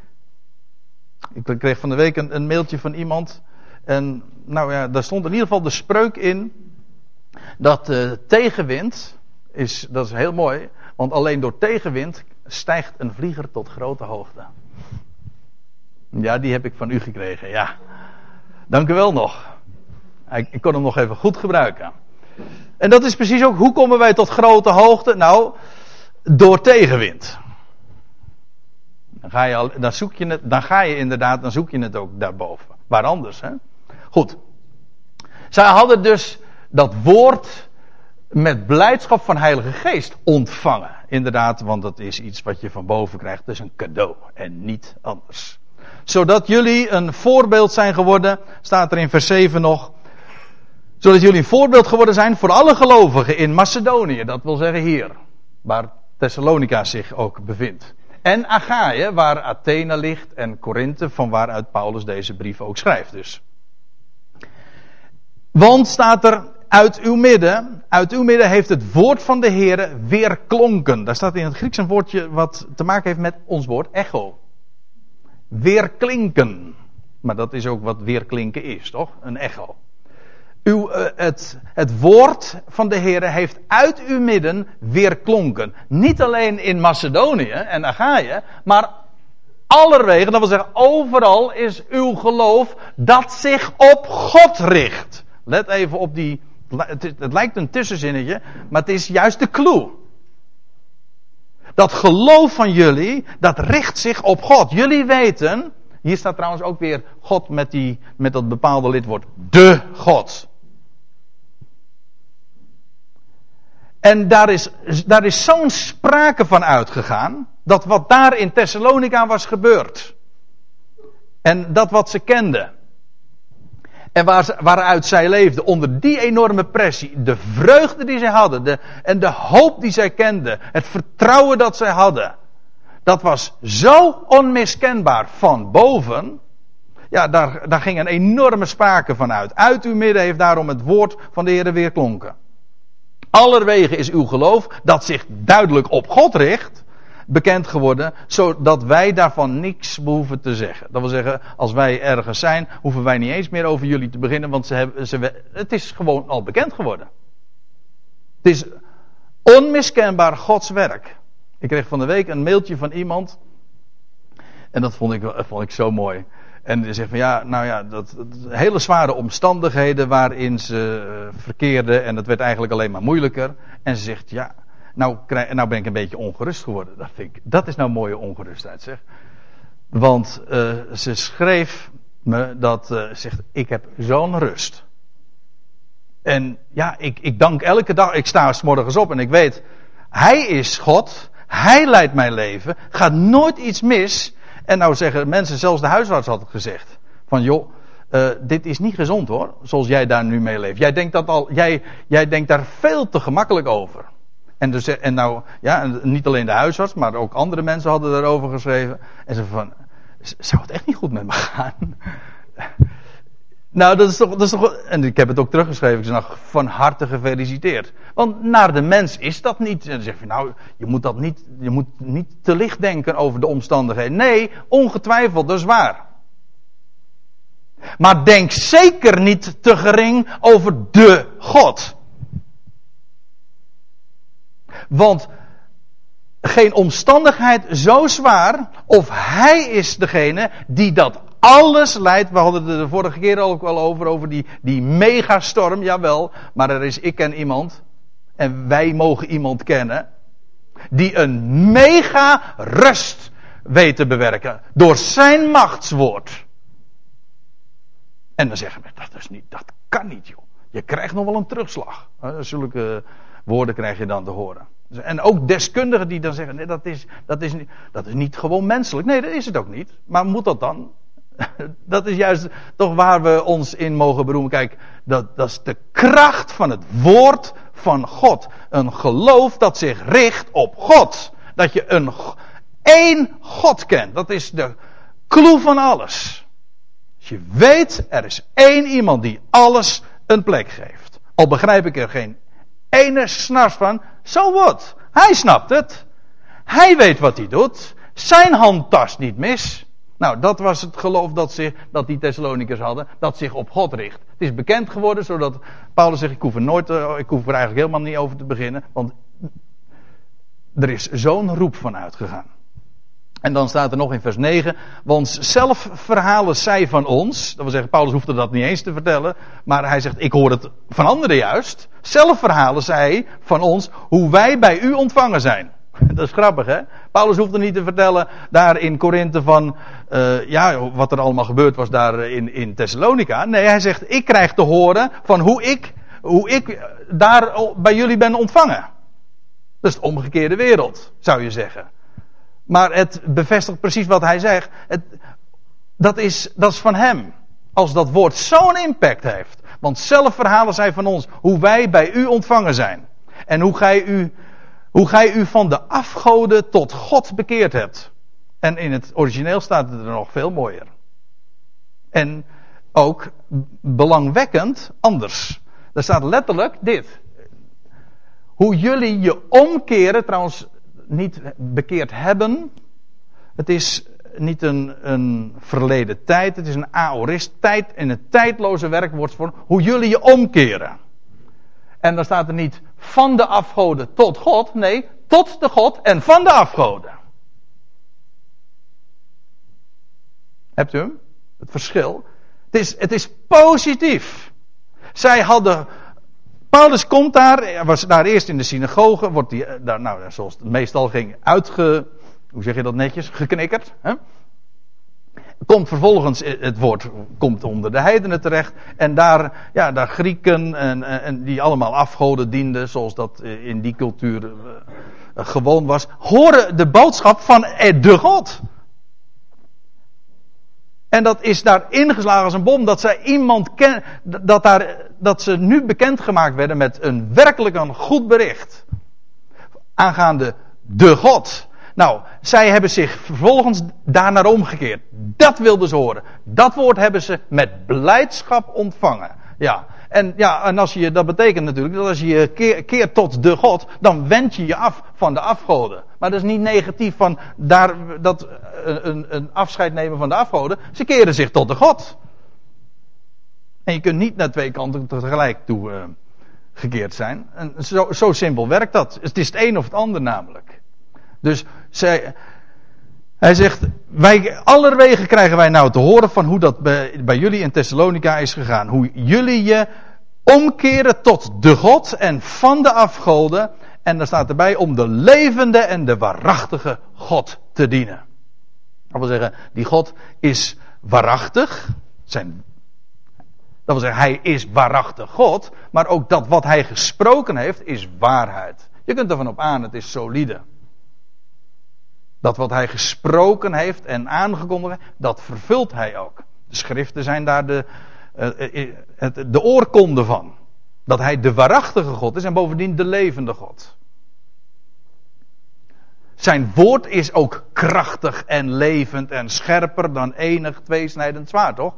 Ik kreeg van de week een mailtje van iemand. En nou ja, daar stond in ieder geval de spreuk in. Dat tegenwind, dat is heel mooi. Want alleen door tegenwind stijgt een vlieger tot grote hoogte. Ja, die heb ik van u gekregen, ja. Dank u wel nog. Ik kon hem nog even goed gebruiken. En dat is precies ook, hoe komen wij tot grote hoogte? Nou, door tegenwind. Dan zoek je het ook daarboven. Waar anders, hè? Goed. Zij hadden dus dat woord met blijdschap van Heilige Geest ontvangen. Inderdaad, want dat is iets wat je van boven krijgt. Dus een cadeau en niet anders. Zodat jullie een voorbeeld zijn geworden, staat er in vers 7 nog. Zodat jullie een voorbeeld geworden zijn voor alle gelovigen in Macedonië. Dat wil zeggen hier, waar Thessalonica zich ook bevindt. En Achaïe, waar Athene ligt, en Korinthe, van waaruit Paulus deze brief ook schrijft dus. Want staat er, uit uw midden heeft het woord van de Heere weerklonken. Daar staat in het Grieks een woordje wat te maken heeft met ons woord echo. Weerklinken. Maar dat is ook wat weerklinken is, toch? Een echo. Het woord van de Heere heeft uit uw midden weerklonken. Niet alleen in Macedonië en Achaïe, maar allerwege, dat wil zeggen overal is uw geloof dat zich op God richt. Let even op die, het lijkt een tussenzinnetje, maar het is juist de clue. Dat geloof van jullie, dat richt zich op God. Jullie weten, hier staat trouwens ook weer God met dat bepaalde lidwoord, de God. En daar is zo'n sprake van uitgegaan, dat wat daar in Thessalonica was gebeurd. En dat wat ze kenden. En waaruit zij leefden, onder die enorme pressie, de vreugde die zij hadden, en de hoop die zij kenden, het vertrouwen dat zij hadden, dat was zo onmiskenbaar van boven. Ja, daar ging een enorme sprake van uit. Uit uw midden heeft daarom het woord van de Heere weerklonken. Allerwege is uw geloof, dat zich duidelijk op God richt, bekend geworden, zodat wij daarvan niks behoeven te zeggen. Dat wil zeggen, als wij ergens zijn, hoeven wij niet eens meer over jullie te beginnen, want het is gewoon al bekend geworden. Het is onmiskenbaar Gods werk. Ik kreeg van de week een mailtje van iemand, en dat vond ik zo mooi. En die zegt van dat hele zware omstandigheden waarin ze verkeerden, en dat werd eigenlijk alleen maar moeilijker. En ze zegt, nou ben ik een beetje ongerust geworden. Dat is nou mooie ongerustheid, zeg. Want ze schreef me dat, zegt, ik heb zo'n rust. En ja, ik dank elke dag, ik sta 's morgens op en ik weet, Hij is God, Hij leidt mijn leven, gaat nooit iets mis. En nou zeggen mensen, zelfs de huisarts had het gezegd, van joh, dit is niet gezond hoor, zoals jij daar nu mee leeft. Jij denkt daar veel te gemakkelijk over. En nou, niet alleen de huisarts, maar ook andere mensen hadden daarover geschreven. En ze van, zou het echt niet goed met me gaan? Nou, dat is toch, en ik heb het ook teruggeschreven, ik zeg van harte gefeliciteerd. Want naar de mens is dat niet. En dan zeg je, nou, je moet niet te licht denken over de omstandigheden. Nee, ongetwijfeld, dat is waar. Maar denk zeker niet te gering over de God. Want geen omstandigheid zo zwaar, of Hij is degene die dat alles leidt. We hadden het de vorige keer ook al over die megastorm, jawel. Maar ik ken iemand, en wij mogen iemand kennen, die een mega rust weet te bewerken. Door zijn machtswoord. En dan zeggen we, dat kan niet joh. Je krijgt nog wel een terugslag. Zulke woorden krijg je dan te horen. En ook deskundigen die dan zeggen, nee, dat is niet gewoon menselijk. Nee, dat is het ook niet. Maar moet dat dan? Dat is juist toch waar we ons in mogen beroemen. Kijk, dat is de kracht van het woord van God. Een geloof dat zich richt op God. Dat je één God kent. Dat is de clue van alles. Als je weet, er is één iemand die alles een plek geeft. Al begrijp ik er geen ene snars van. So what? Hij snapt het. Hij weet wat hij doet. Zijn hand tast niet mis. Nou, dat was het geloof dat die Thessalonikers hadden, dat zich op God richt. Het is bekend geworden, zodat Paulus zegt, ik hoef er eigenlijk helemaal niet over te beginnen, want er is zo'n roep van uitgegaan. En dan staat er nog in vers 9, want zelf verhalen zij van ons, dat wil zeggen, Paulus hoefde dat niet eens te vertellen, maar hij zegt, ik hoor het van anderen juist, zelf verhalen zij van ons, hoe wij bij u ontvangen zijn. Dat is grappig, hè? Paulus hoefde niet te vertellen daar in Korinthe van wat er allemaal gebeurd was daar in Thessalonica. Nee, hij zegt, ik krijg te horen van hoe ik daar bij jullie ben ontvangen. Dat is de omgekeerde wereld, zou je zeggen. Maar het bevestigt precies wat hij zegt. Dat is van hem. Als dat woord zo'n impact heeft. Want zelf verhalen zij van ons hoe wij bij u ontvangen zijn. En hoe gij u van de afgoden tot God bekeerd hebt. En in het origineel staat het er nog veel mooier. En ook belangwekkend anders. Daar staat letterlijk dit. Hoe jullie je omkeren, trouwens niet bekeerd hebben. Het is niet een verleden tijd, het is een aorist tijd. In het tijdloze werkwoord voor hoe jullie je omkeren. En dan staat er niet van de afgoden tot God. Nee, tot de God en van de afgoden. Hebt u hem? Het verschil. Het is positief. Zij hadden... Paulus komt daar, was daar eerst in de synagoge. Wordt hij daar, zoals het meestal ging, hoe zeg je dat netjes? Geknikkerd. Hè? Komt vervolgens, het woord komt onder de heidenen terecht. En daar Grieken en die allemaal afgoden dienden, zoals dat in die cultuur gewoon was, horen de boodschap van de God. En dat is daar ingeslagen als een bom. Dat zij iemand kennen. Dat ze nu bekendgemaakt werden met werkelijk een goed bericht. Aangaande de God. Nou, zij hebben zich vervolgens daarnaar omgekeerd. Dat wilden ze horen. Dat woord hebben ze met blijdschap ontvangen. Ja. En als je, dat betekent natuurlijk dat als je je keert tot de God, dan wend je je af van de afgoden. Maar dat is niet negatief van een afscheid nemen van de afgoden. Ze keren zich tot de God. En je kunt niet naar twee kanten tegelijk toe gekeerd zijn. En zo simpel werkt dat. Het is het een of het ander namelijk. Dus hij zegt, allerwege krijgen wij nou te horen van hoe dat bij jullie in Thessalonica is gegaan. Hoe jullie je omkeren tot de God en van de afgoden. En daar staat erbij om de levende en de waarachtige God te dienen. Dat wil zeggen, die God is waarachtig. Dat wil zeggen, hij is waarachtig God. Maar ook dat wat hij gesproken heeft is waarheid. Je kunt ervan op aan, het is solide. Dat wat hij gesproken heeft en aangekondigd heeft, dat vervult hij ook. De schriften zijn daar de oorkonde van. Dat hij de waarachtige God is en bovendien de levende God. Zijn woord is ook krachtig en levend en scherper dan enig tweesnijdend zwaard, toch?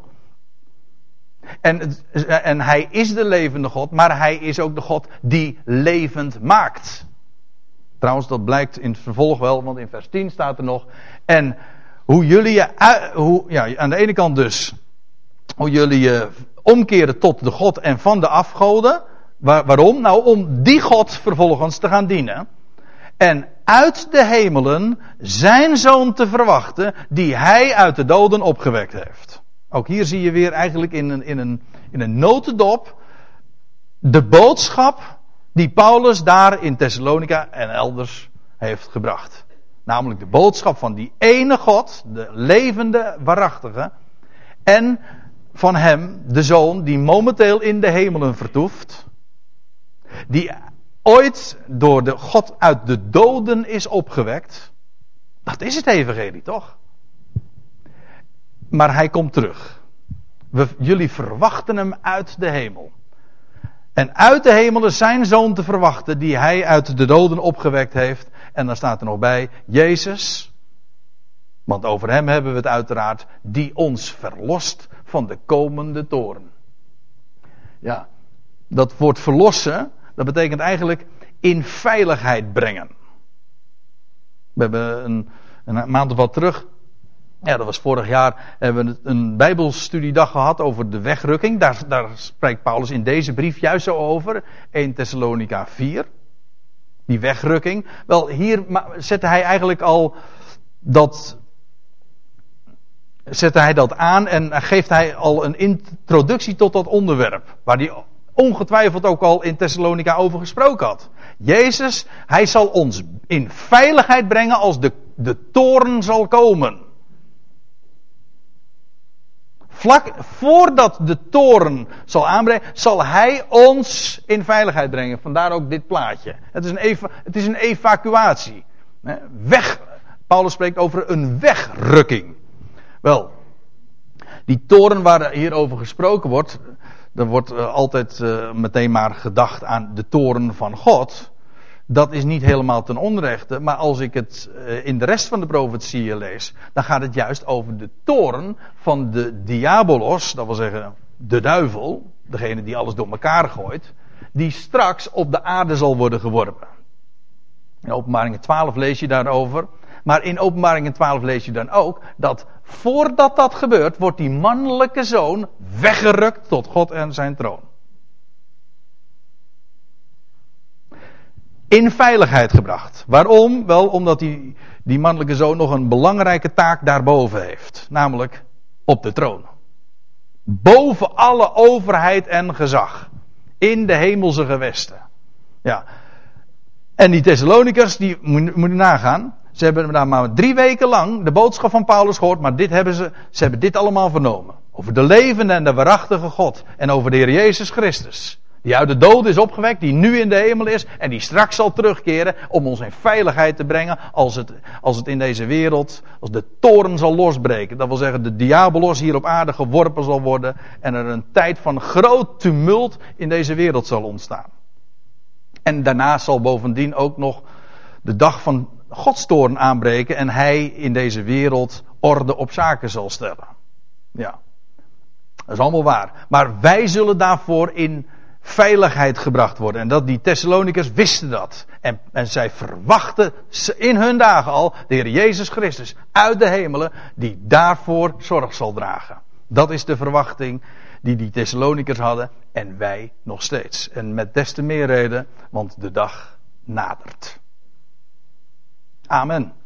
En hij is de levende God, maar hij is ook de God die levend maakt. Trouwens, dat blijkt in het vervolg wel, want in vers 10 staat er nog. En hoe jullie aan de ene kant dus, hoe jullie je omkeren tot de God en van de afgoden. Waarom? Nou, om die God vervolgens te gaan dienen. En uit de hemelen zijn zoon te verwachten, die hij uit de doden opgewekt heeft. Ook hier zie je weer eigenlijk in een notendop de boodschap die Paulus daar in Thessalonica en elders heeft gebracht. Namelijk de boodschap van die ene God, de levende, waarachtige. En van hem, de Zoon, die momenteel in de hemelen vertoeft. Die ooit door de God uit de doden is opgewekt. Dat is het evangelie, toch? Maar hij komt terug. Jullie verwachten hem uit de hemel. En uit de hemelen zijn zoon te verwachten, die hij uit de doden opgewekt heeft. En dan staat er nog bij, Jezus. Want over hem hebben we het uiteraard, die ons verlost van de komende toorn. Ja, dat woord verlossen, dat betekent eigenlijk in veiligheid brengen. We hebben een maand of wat terug, ja, dat was vorig jaar, hebben we een bijbelstudiedag gehad over de wegrukking. Daar spreekt Paulus in deze brief juist zo over. 1 Thessalonica 4. Die wegrukking. Wel, hier zette hij eigenlijk al dat aan en geeft hij al een introductie tot dat onderwerp. Waar hij ongetwijfeld ook al in Thessalonica over gesproken had. Jezus, hij zal ons in veiligheid brengen als de toorn zal komen. Vlak voordat de toorn zal aanbreken, zal hij ons in veiligheid brengen. Vandaar ook dit plaatje. Het is een evacuatie. Paulus spreekt over een wegrukking. Wel, die toorn waar hier over gesproken wordt, er wordt altijd meteen maar gedacht aan de toorn van God. Dat is niet helemaal ten onrechte, maar als ik het in de rest van de profetieën lees, dan gaat het juist over de toorn van de diabolos, dat wil zeggen de duivel, degene die alles door elkaar gooit, die straks op de aarde zal worden geworpen. In Openbaringen 12 lees je daarover, maar in Openbaringen 12 lees je dan ook dat voordat dat gebeurt, wordt die mannelijke zoon weggerukt tot God en zijn troon. In veiligheid gebracht. Waarom? Wel omdat die mannelijke zoon nog een belangrijke taak daarboven heeft. Namelijk op de troon. Boven alle overheid en gezag. In de hemelse gewesten. Ja. En die Thessalonikers, die moeten nagaan. Ze hebben daar maar 3 weken lang de boodschap van Paulus gehoord. Maar ze hebben dit allemaal vernomen. Over de levende en de waarachtige God. En over de Heer Jezus Christus. Die uit de dood is opgewekt, die nu in de hemel is en die straks zal terugkeren om ons in veiligheid te brengen als het in deze wereld, als de toorn zal losbreken. Dat wil zeggen de diabolos hier op aarde geworpen zal worden en er een tijd van groot tumult in deze wereld zal ontstaan. En daarna zal bovendien ook nog de dag van Gods toorn aanbreken en hij in deze wereld orde op zaken zal stellen. Ja, dat is allemaal waar. Maar wij zullen daarvoor in veiligheid gebracht worden. En dat die Thessalonikers wisten dat. En zij verwachten in hun dagen al de Heer Jezus Christus uit de hemelen die daarvoor zorg zal dragen. Dat is de verwachting die Thessalonikers hadden en wij nog steeds. En met des te meer reden, want de dag nadert. Amen.